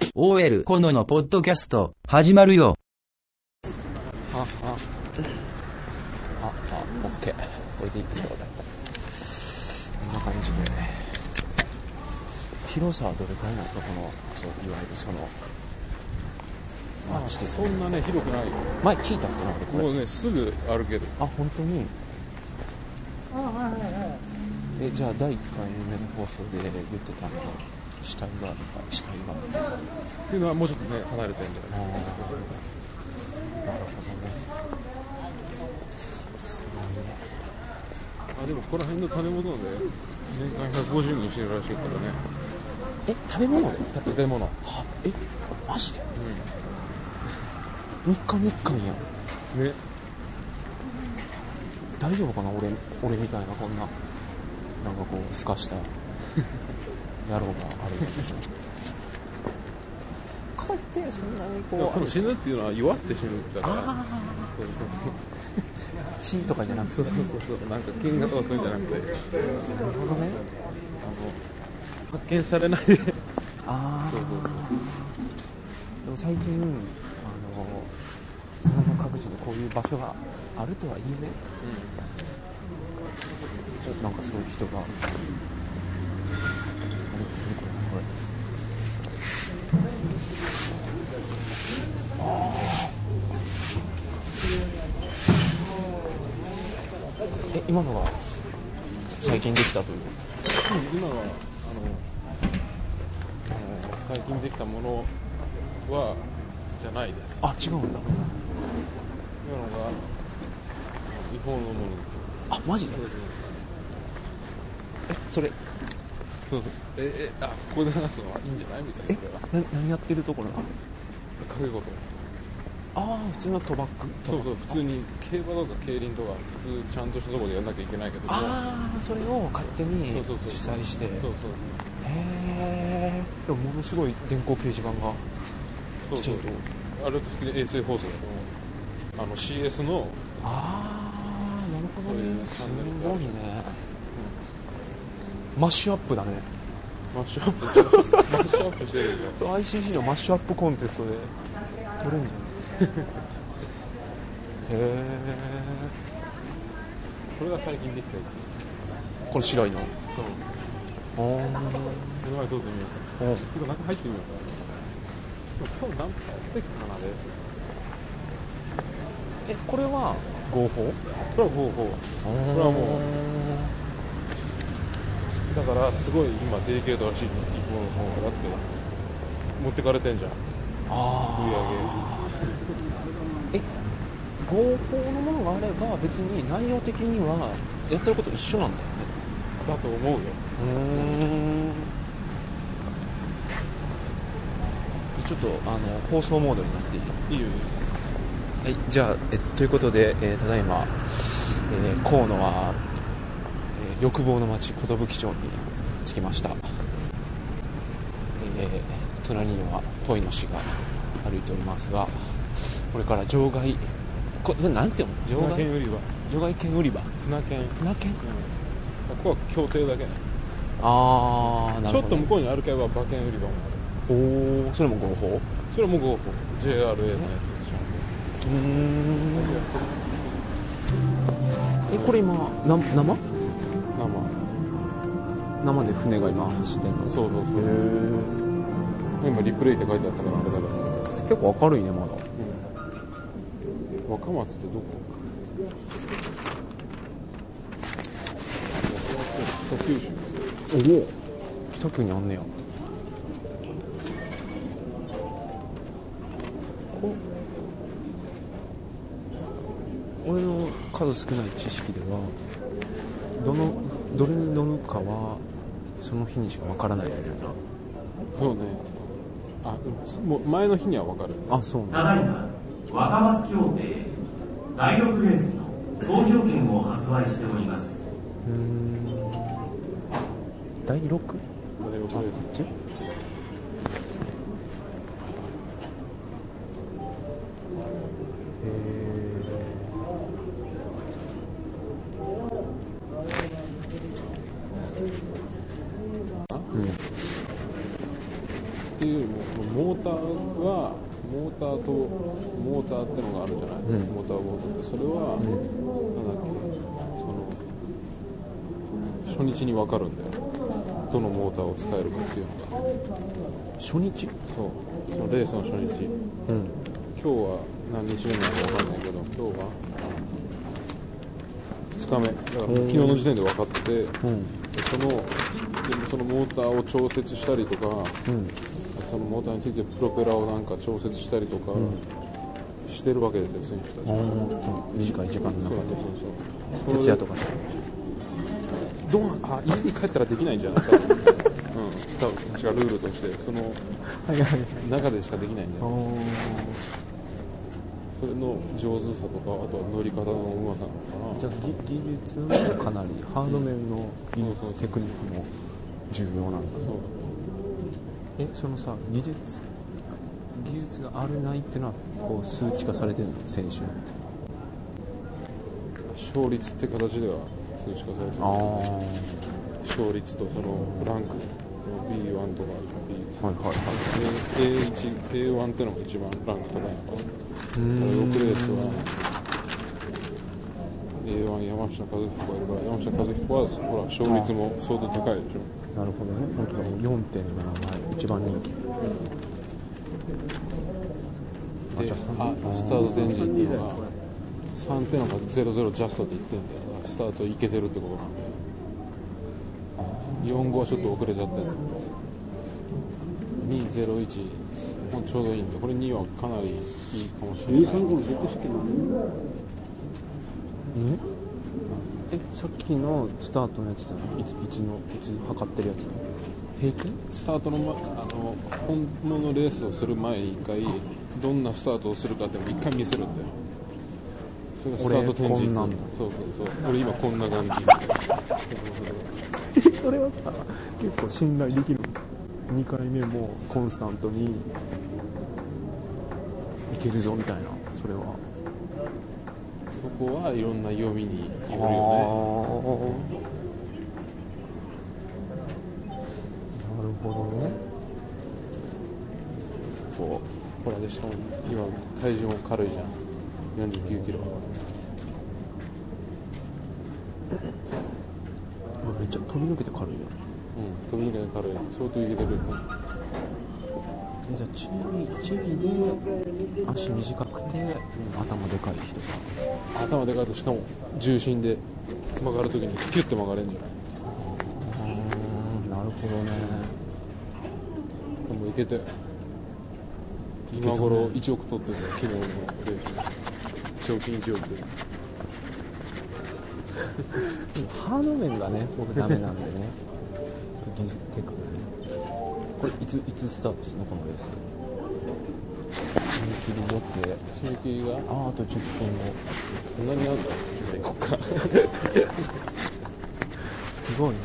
OL コノのポッドキャスト始まるよ。 オッケー。これでいいでしょう。こんな感じで。広さはどれくらいなんですか、この、そういわゆるその街的に。 そんなね広くないよ。 前聞いたことないこれ。 もうねすぐ歩ける。 あ、本当に。じゃあ第1回目の放送で言ってたのは死体がっていうのはもうちょっとね離れてるんじゃない。 なるほどね。すごいね。 でもここら辺の種物で年間150人死ぬらしいからね。 食べ物で建物。 マジで、3日に1回やんね。 大丈夫かな、俺みたいなこんななんかこうすかした野郎があるかといってそんなにこそうの死ぬっていうのは弱って死ぬだから。 そう血とかじゃなくて、 そうなんか金額とかそういうんじゃなくて、 なるほどね。 発見されないで。 でも最近日本の各地にこういう場所があるとはいえね、なんかすごい人が今のが最近できたという。 今は最近できたものはじゃないです。 あ、違うんだ。 今のが違法のものですよ。 あ、マジで？それそうここで話すのはいいんじゃないみたいな。これは何やってるところなの？ 賭け事。 普通の賭博。 そう普通に競馬とか競輪とか普通ちゃんとしたところでやんなきゃいけないけども、 それを勝手にそう主催して。 そうへー。でもものすごい電光掲示板がきちんと。 あれって普通に衛星放送だと思う。CS のなるほどね。すごいね。マッシュアップだね。 マッシュアップしてるけど ICC のマッシュアップコンテストで取れるんじゃないへー。 これが最近できたやこの白いの。 つ。そうこれはどうぞ見ようか。ちょっと中入ってみようか。今日何回やってきたかなです。 これは合法？ これは合法。これはもうだからすごい今デリケートらしい。違法の方がだって持ってかれてんじゃん。売り上げ。 合法のものがあれば別に内容的にはやってること一緒なんだよね。 だと思うよ。 ちょっと放送モードになっていい？ いいよ。 はい、じゃあ、ということで、ただいま、河野は、欲望の町寿町に着きました。隣にはトイの市が歩いておりますが、これから場外なんていうの？ 船券売り場。 場外券売り場。 船券。 こここは協定だけね。 なるほど。 ちょっと向こうに歩けば馬券売り場もある。 それも合法？ それも合法。JRA のやつでしょ。 これ今生生で船が今走ってんの？ そう今リプレイって書いてあったからあれだから結構明るいねまだ。 若松ってどこ？北九州。 北九にあんねや。俺の数少ない知識ではどれに乗るかはその日にしかわからないみたいな。 そうね。もう前の日には分かる。 そうね。 ただいま若松協定第6レースの投票券を発売しております。 第 6？ 第6レース。 っていうよりもモーターってのがあるじゃない、モーターボードって。それは、なんだっけ、初日に分かるんだよ、どのモーターを使えるかっていうのが。 初日？ そう、そのレースの初日、今日は何日目なのか分かんないけど、今日は2日目だから、昨日の時点で分かってて、そのモーターを調節したりとか、そのモーターについてプロペラをなんか調節したりとかしてるわけですよ、選手たちは。 短い時間の中でそう徹夜とかして家に帰ったらできないんじゃない多分、多分確かルールとしてその中でしかできないんじゃない。それの上手さとか、あとは乗り方のうまさなのかな。 じゃあ技術もかなりハード面の技術、テクニックも重要なんだ。そのさ、技術があるないっていうのはこう数値化されてるの、選手勝率って形では数値化されてる。勝率とそのランク B1 とか B2、A1 ってのが一番ランク高いのかな。6レースは A1 山下和彦がいるから、山下和彦はほら勝率も相当高いでしょ。 なるほどね、本当だ、4.7 倍、一番人気で、スタート展示っていうのが3点が00ジャストって言ってるんだよ。スタートいけてるってことなんで、45はちょっと遅れちゃってる。201もうちょうどいいんで、これ2はかなりいいかもしれない。 さっきのスタートのやつじゃない、いつ測ってるやつ、平均スタートの、本物のレースをする前に1回どんなスタートをするかっていうのを1回見せるんだよ。それがスタート展示。そう俺今こんな感じそれはさ、結構信頼できる。2回目もコンスタントにいけるぞみたいな。それはそこはいろんな読みによるよね。 なるほどね。 ほらでしょ、今体重も軽いじゃん、49キロ。 めっちゃ飛び抜けて軽いよ。 飛び抜けて軽い、相当いけてるよね。 じゃあチビで足短くて、頭でかい人が、 頭でかいと、しかも重心で曲がるときにキュッと曲がれるんじゃない。 なるほどね。 でもいけて、今頃1億取ってた、昨日のレース賞金1億で。 ハード面がね、僕ダメなんでね。テクね。これいつスタートするの、このレース。締め切り持って。 締め切りがあと10分後。 そんなにあるんだ。こっからすごいね。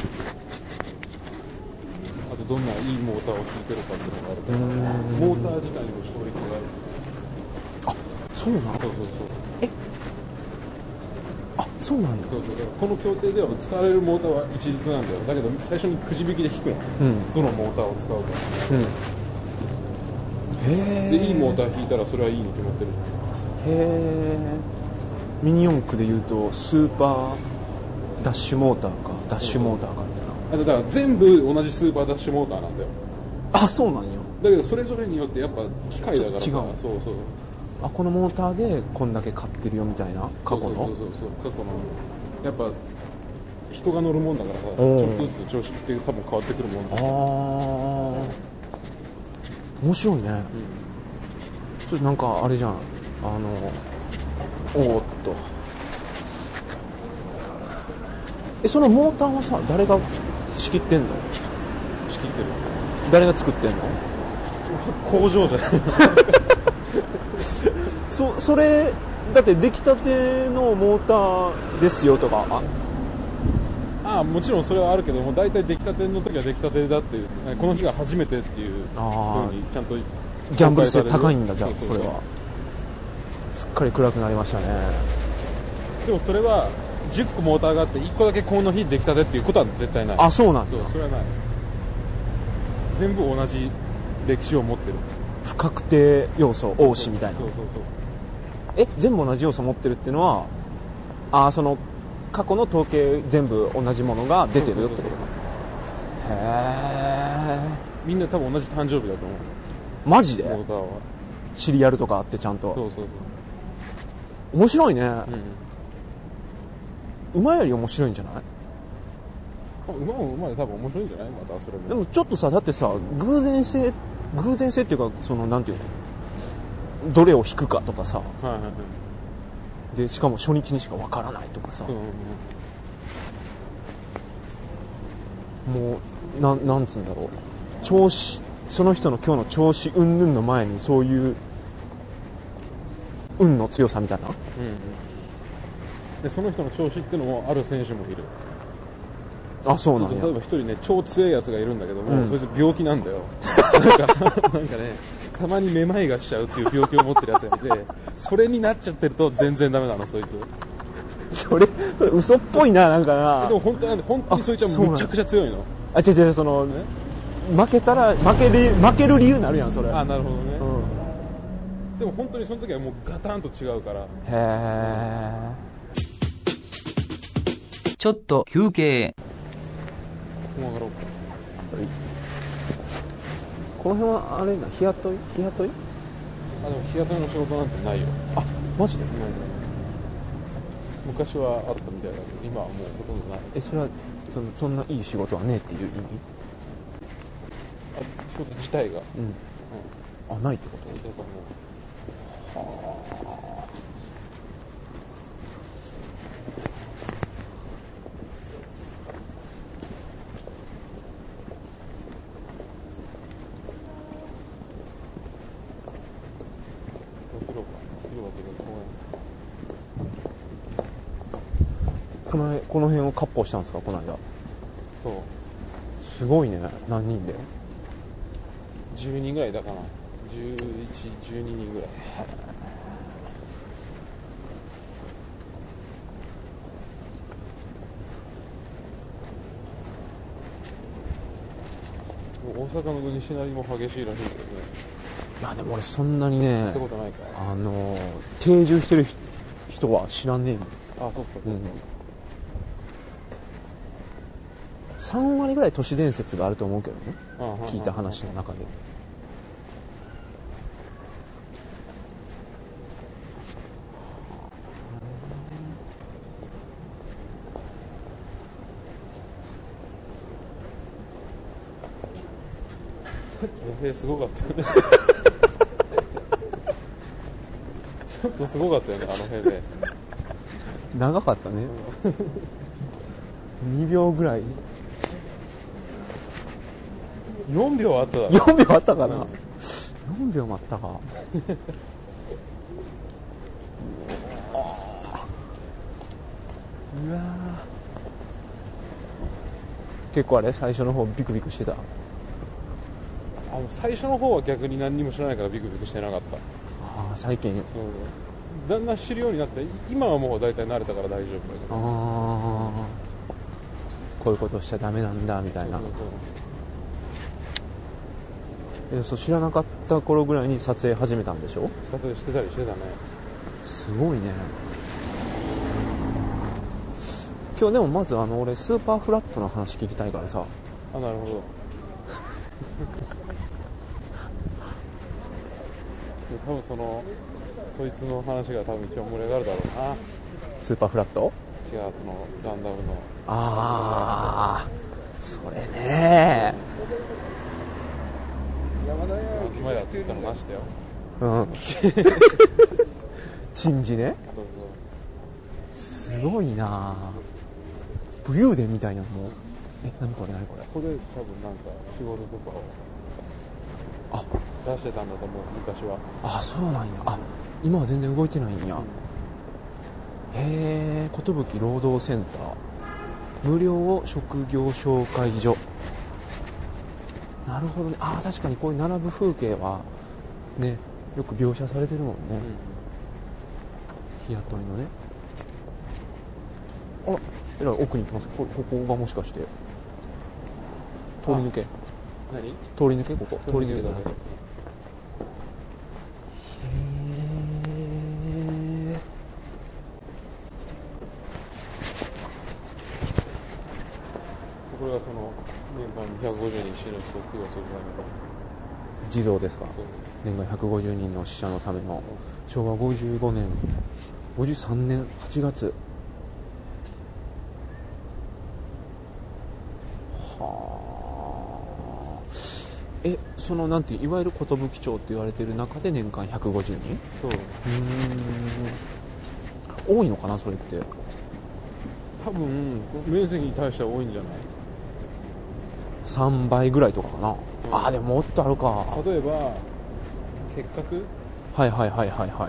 あとどんないいモーターを引いてるかっていうのがあるから、モーター自体にも勝率がある。 そうなの？ そうそうなんだ。 この協定では使われるモーターは一律なんだよ。だけど最初にくじ引きで引くの、どのモーターを使うか、でいいモーター引いたらそれはいいに決まってる。 ミニ四駆でいうとスーパーダッシュモーターかダッシュモーターかみたいな。 だから全部同じスーパーダッシュモーターなんだよ。 そうなんよ。 だけどそれぞれによってやっぱ機械だからさ、 違う。このモーターでこんだけ買ってるよみたいな、過去の。 過去のやっぱ人が乗るもんだからさ、ちょっとずつ調子って多分変わってくるもんだ。 面白いね。ちょっとなんかあれじゃん、そのモーターはさ、誰が仕切ってんの？ 仕切ってる。 誰が作ってんの？ 工場じゃないそれだって出来たてのモーターですよとか。 もちろんそれはあるけども、大体出来たての時は出来たてだっていう、この日が初めてっていう風にちゃんとギャンブル性高いんだ。じゃあそれはすっかり暗くなりましたね。 でもそれは10個モーターがあって1個だけこの日出来たてっていうことは絶対ない。 そうなんだ。 それはない。全部同じ歴史を持ってる。 不確定要素多しみたいな。 そうそうそう。 全部同じ要素持ってるっていうのは、その過去の統計全部同じものが出てるよってことか。へえ。 みんな多分同じ誕生日だと思う。 マジで？ モーターは。 シリアルとかあってちゃんと。 そうそう面白いね。 そう。 馬より面白いんじゃない？ 馬も馬で多分面白いんじゃない？またそれも。 でもちょっとさ、だってさ、偶然性っていうか、そのなんていうの、どれを引くかとかさ、 はいはいはい。 でしかも初日にしかわからないとかさ、もうなんつうんだろう、調子、その人の今日の調子云々の前にそういう運の強さみたいな、 でその人の調子っていうのもある選手もいる。 あ、そうなんや。 例えば一人ね、超強いやつがいるんだけども、そいつ病気なんだよ。なんかね、たまにめまいがしちゃうっていう病気を持ってるやつがいて、それになっちゃってると全然ダメなの、そいつ。 それ嘘っぽいな、なんかな。 でも本当にそいつはむちゃくちゃ強いの。 違う、その、負けたら負ける理由になるやん、それ。 あ、なるほどね。でも本当にその時はもうガタンと違うから。 へえ。 ちょっと休憩。 もう上がろうか。 この辺はあれな、日雇い？ あ、でも日雇いの仕事なんてないよ。 あ、マジで？ 昔はあったみたいだけど、今はもうほとんどない。 それはそんないい仕事はねえっていう意味？ 仕事自体が。 あ、ないってこと？ だからもう。 この辺を割烹したんですか、この間。 そう。 すごいね。何人で ？10人ぐらいだかな。11、12人ぐらい。大阪の西成も激しいらしいけどね。 いや、でも俺そんなにね、 行ったことないか。 定住してる人は知らねえもん。 あ、そっか。 3割ぐらい都市伝説があると思うけどね、聞いた話の中で。 さっきすごかったよね。ちょっとすごかったよね、あの辺で。 長かったね。2秒ぐらい。 4秒あっただろ。 4秒あったかな、4秒もあったか。うわ結構あれ、最初の方ビクビクしてた？ 最初の方は逆に何にも知らないからビクビクしてなかった。 最近そうだんだん知るようになって、今はもう大体慣れたから大丈夫だけど。 こういうことしちゃダメなんだみたいな。そう知らなかった頃ぐらいに撮影始めたんでしょ？ 撮影してたりしてたね。 すごいね。今日でもまず俺スーパーフラットの話聞きたいからさ。 あ、なるほど。多分そいつの話が多分一番盛り上がるだろうな。 スーパーフラット？ 違う、ガンダムの。 それねー。前だって言ったのなしだよ。 珍事ね。すごいな。武勇伝みたいなのも。何これ。 ここで多分なんか仕事とかを出してたんだと思う、昔は。 そうなんや。今は全然動いてないんや。へえ、寿労働センター無料職業紹介所。なるほどね。確かにこういう並ぶ風景はね、よく描写されてるもんね、日雇いのね。えらい奥に行きます。ここがもしかして通り抜け？ 何通り抜け、ここ通り抜けだね。 これがその年間150人死ぬ人を供養するための児童ですか。 そう年間150人の死者のための昭和55年53年8月。はあ。そのなんていわゆる寿町って言われてる中で年間150人。 そう多いのかなそれって。 多分面積に対しては多いんじゃない 3倍ぐらいとかかな、ああでももっとあるか。 例えば結核はいはいはいはいはい。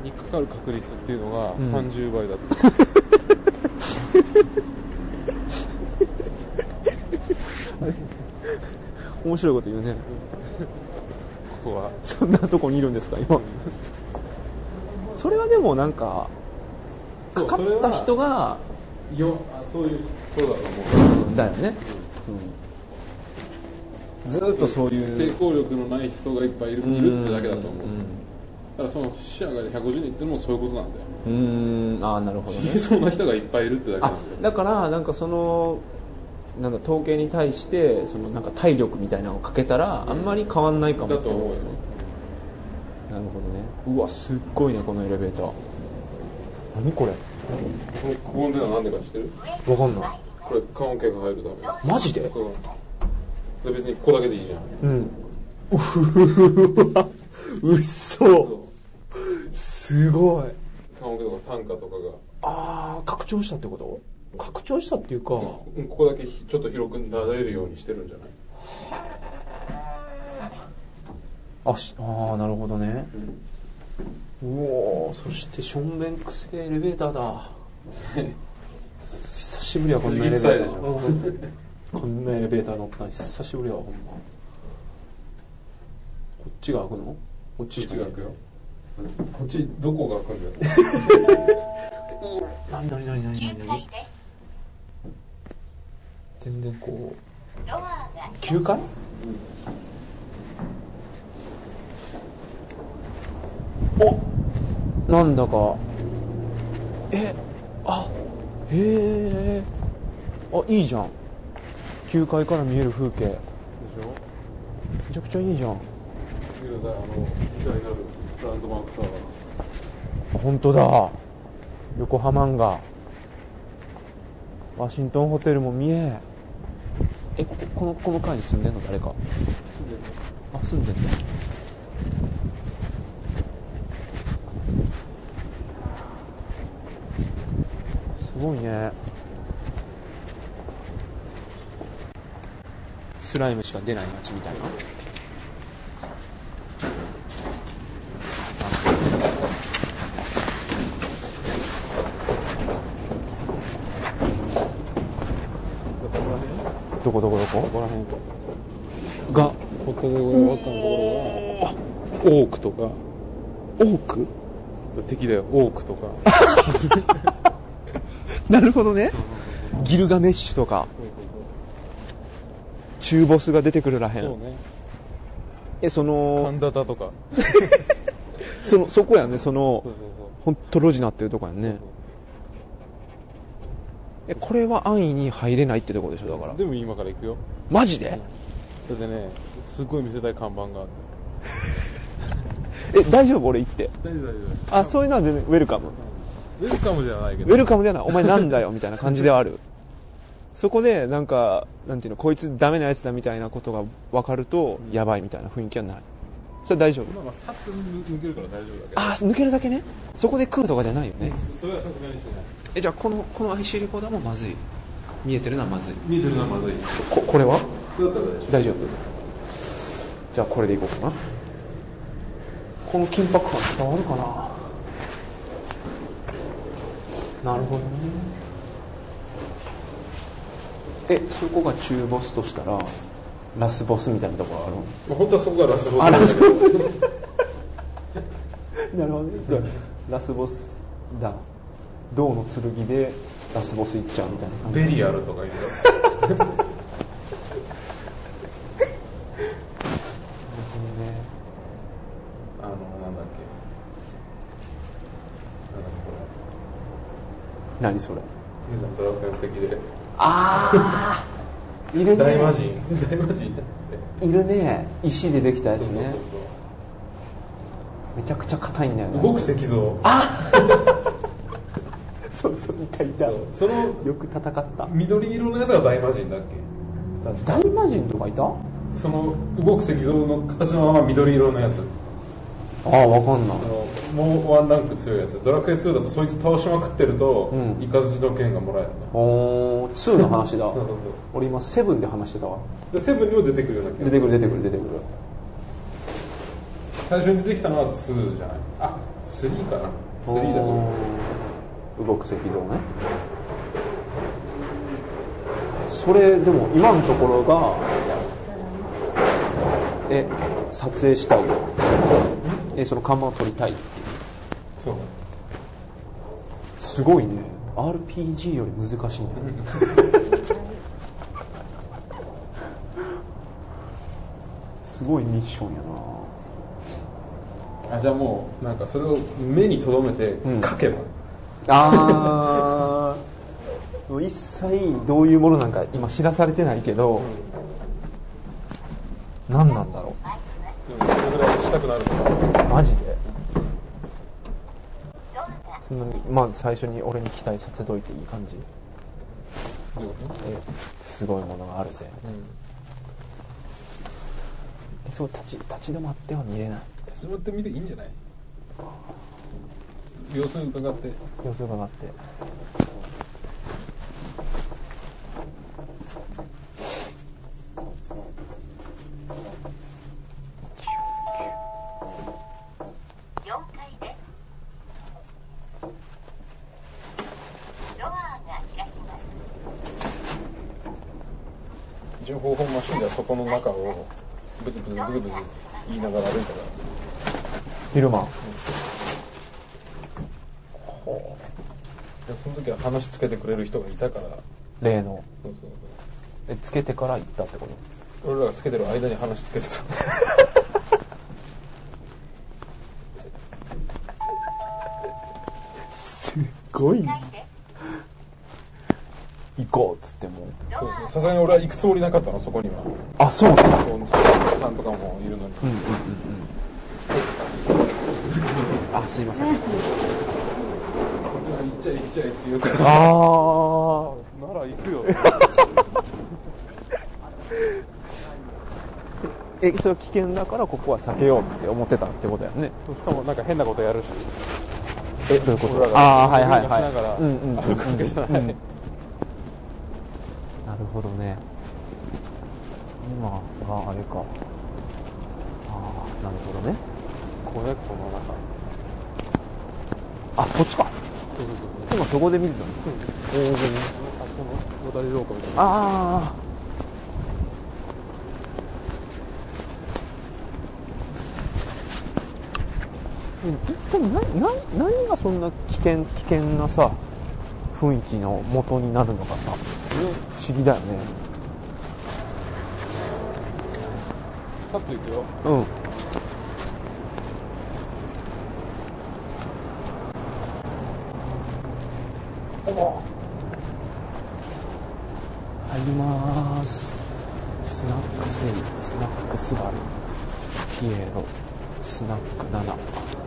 にかかる確率っていうのがうん 30倍だった、 面白いこと言うね。 ここはそんなとこにいるんですか今。それはでもなんかかかった人がそういうことだと思う。 だよね、ずーっとそういう抵抗力のない人がいっぱいいるってだけだと思う。だからその死者が150人ってのもそういうことなんだよ。 ああなるほどね。 死にそうな人がいっぱいいるってだけなんだよ。 だからなんかそのなんだ統計に対してそのなんか体力みたいなのをかけたらあんまり変わんないかもってだと思うよ。 なるほどね。うわすっごいねこのエレベーター。何これ。 ここの手は何でか知ってる？ わかんない。 これ棺桶が入るため。 マジで。 そうで別にここだけでいいじゃん。 うわうっそすごい。 棺桶とか担架とかがああ拡張したってこと。拡張したっていうか、 ここだけちょっと広くなれるようにしてるんじゃない？ ああなるほどね、うおそしてしょんべんくせえエレベーターだ久しぶりやこんなエレベーターこんなエレベーター乗ったの久しぶりやわほんま。こっちが開くの？こっちしかない。 こっちどこが開くんだよ。 何全然こう9階、おなんだかあへえあいいじゃん。9階から見える風景でしょ？ めちゃくちゃいいじゃん。 時代になるランドマークタワー。 本当だ横浜がワシントンホテルも見えこの階に住んでんの誰か。あ住んでんの。すごいね。スライムしか出ない街みたいな。どこここら辺がホットドッグが分かんところはオークとか。 オーク敵だよオークとかなるほどね。ギルガメッシュとか中ボスが出てくるらへん。 そうね。 その神田だとかそこやね。そのそうほんと路地なってるとこやんね。これは安易に入れないってとこでしょ。だからでも今から行くよ。 マジで、 だってねすごい見せたい看板がある。 大丈夫俺行って。 大丈夫大丈あそういうのは全然ウェルカム。 夫。ウェルカムじゃないけど。 ウェルカムではない。お前なんだよみたいな感じではあるそこでなんかなんていうのこいつダメなやつだみたいなことが分かるとやばいみたいな雰囲気はない。それ大丈夫。 まあさっと抜けるから大丈夫だけど。 あ抜けるだけね。そこで食うとかじゃないよね。 それはさすがにしない。 じゃあこのIC レコーダーもまずい。見えてるのはまずい。 見えてるのはまずい。 これはだったら大丈夫。 大丈夫。じゃあこれでいこうかな。この緊迫感伝わるかな。なるほどね。そこが中ボスとしたらラスボスみたいなところある。 まあ、本当はそこがラスボスあラスボスなるほどね。ラスボスだ。銅の剣でラスボスいっちゃうみたいな感じ。 ベリアルとか言う何それ。 ドラクエの敵でああいるね。 大魔神じゃなくているね。石でできたやつね。 そうそうめちゃくちゃ硬いんだよね。 動く石像。 そうそう、いたいた。 そのよく戦った。 緑色のやつが大魔神だっけ。確か大魔神とかいた？ その動く石像の形のまま緑色のやつ。 ああ、わかんない。 もうワンランク強いやつ。ドラクエ2だとそいつ倒しまくってると、 うん、 イカズチの剣がもらえるの。 おー、2の話だ。 そうそうそう。 俺今7で話してたわ。 でセブンにも出てくるような気が出てくる出てくる出てくる。 最初に出てきたのは2じゃない。あ、3かな。3だけど。 動く石像ね。それでも今のところが撮影したいよ。その看板を撮りたいっていう。 そうすごいね。 RPG より難しいね。すごいミッションやな。 じゃあもうなんかそれを目に留めて書けば、 ああ一切どういうものなんか今知らされてないけど、何なんだろでもそれぐらいしたくなるからう。マジでそんなにまず最初に俺に期待させといていい感じ。すごいものがあるぜ、そう立ち止まっては見れない。 立ち止まってみていいんじゃない。様子伺って様子伺って。 情報本マシンではそこの中をブツブツブツブツ言いながら歩いたから昼間、 でその時は話つけてくれる人がいたから。 例のそうそうそう。 つけてから行ったってこと。 俺らがつけてる間に話つけてた。 すごい行こうっつっても。 そうそう。さすがに俺は行くつもりなかったの、そこには。 あ、そうなんだ。 そうさんとかもいるのに。 あ、すいません。 行っちゃいって言うから。 あなら行くよ。 それは危険だからここは避けようって思ってたってことやね。 しかもなんか変なことやるし。 どういうこと。 俺らがああ、はいはいはい。 しながら歩くわけじゃない。 なるほどね。今はあれか。ああ、なるほどね。 こうやってこの中。 あ、こっちか。今そこで見るの。 この渡り廊下みたいな。 ああ。一体何がそんな危険なさ雰囲気の元になるのかさ、不思議だよね。 さっと行くよ。 うん。入りまーす。スナックセイ、スナックスバル、ピエロ、スナック7。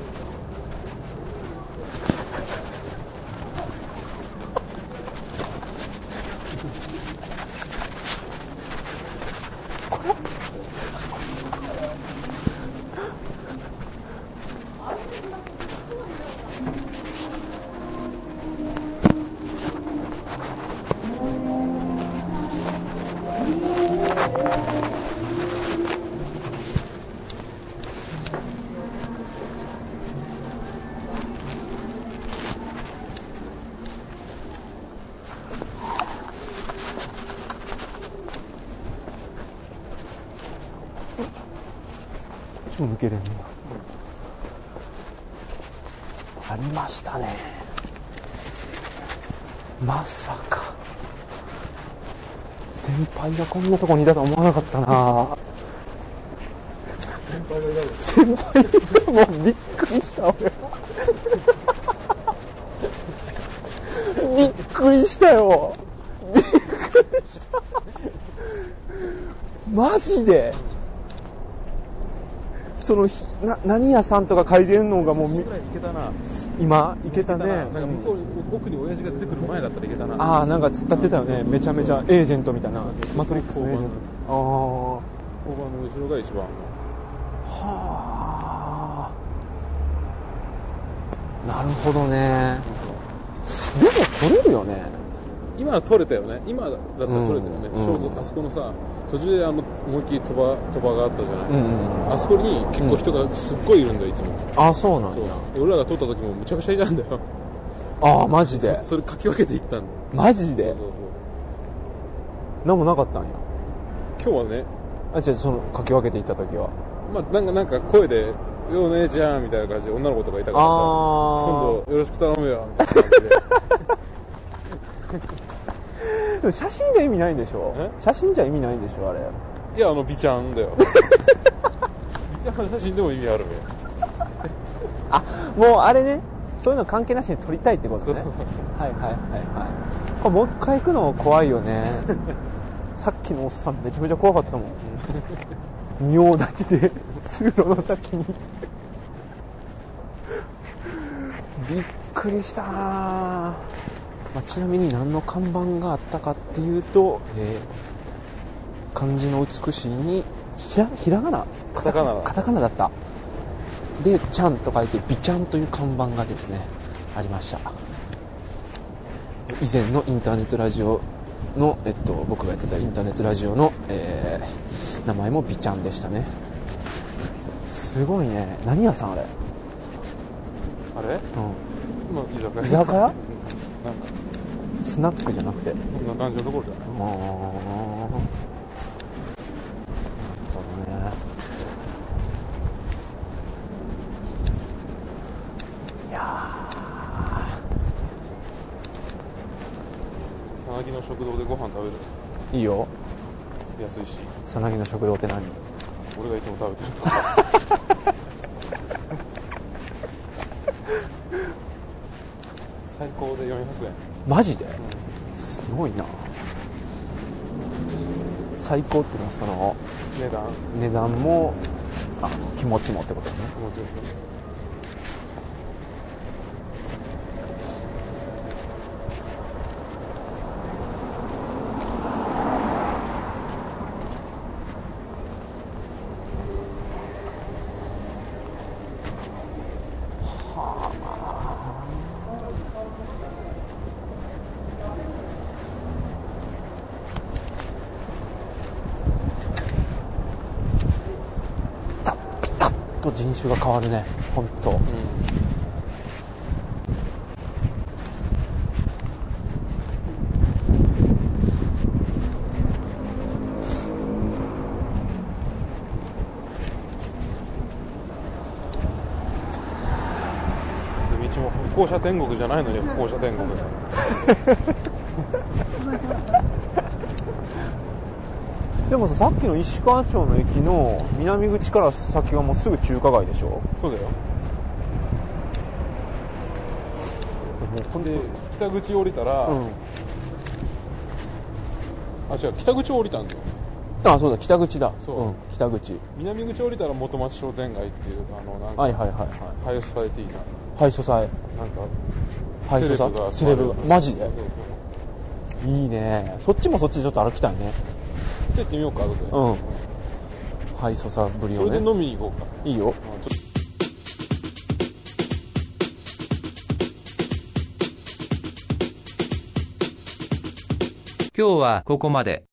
抜けれんのありましたね。まさか先輩がこんなとこにいたと思わなかったな。先輩もうびっくりした俺びっくりしたよ。びっくりした。マジで。その何屋さんとか書いてんのがもうぐらいいけたな。 今いけたね。 なんか向こうに奥に親父が出てくる前だったらいけたな。 ああ、なんか突っ立ってたよね。めちゃめちゃエージェントみたいな。マトリックスのエージェント。ああ。 交番の後ろが一番。 はあ。なるほどね。でも取れるよね。 今は取れたよね。今だったら取れたよね。ちょうどあそこのさ、途中で思いっきり鳥羽があったじゃない、あそこに結構人がすっごいいるんだよ、いつも。 あ、そうなんや。 俺らが撮った時もむちゃくちゃいたんだよ。 ああ、マジで。 それかき分けていったんだよ。 マジで。 そうなんもなかったんや。 今日はね、 あ、じゃあそのかき分けていった時は。 まあなんか声で「よ姉ちゃん」みたいな感じで女の子とかいたからさ、今度よろしく頼むよみたいな感じで。 でも写真じゃ意味ないんでしょ。写真じゃ意味ないんでしょあれ。 いや美ちゃんだよ。美ちゃんの写真でも意味あるね。 あ、もうあれね、そういうの関係なしに撮りたいってことね。はいはいはいはい。これもう一回行くの怖いよね。さっきのおっさんめちゃめちゃ怖かったもん。仁王立ちで通路の先に。びっくりしたな。まあ、ちなみに何の看板があったかっていうと、漢字の美しいにひらがなカタカナだった。でちゃんと書いて美ちゃんという看板がですねありました。以前のインターネットラジオの、僕がやってたインターネットラジオの、名前も美ちゃんでしたね。すごいね。何屋さんあれ。 あれ、今居酒屋なんかスナックじゃなくて、 そんな感じのところじゃない。 なるほどね。いやさなぎの食堂でご飯食べる。 いいよ。 安いし。 さなぎの食堂って何？ 俺がいつも食べてるとこ。最高で400円。 マジで？すごいな。最高っていうのはその値段も気持ちもってことね。 気持ちよく。 人種が変わるね、本当。 道も歩行者天国じゃないのに歩行者天国。 でもさっきの石川町の駅の南口から先はもうすぐ中華街でしょ。 そうだよ。で北口降りたら、違う、北口降りたんだよ。 あ、そうだ、北口だ。 そう、 北口。 南口降りたら元町商店街っていうなんか、 はいはいはいはい。 ハイソサエティーな、 ハイソサエ、 なんかハイソサセレブがマジで。 そうそういいね。そっちもそっちでちょっと歩きたいね。 行ってみようか、後で。 ハイソサぶりをね。 それで飲みに行こうか。 いいよ。 今日はここまで。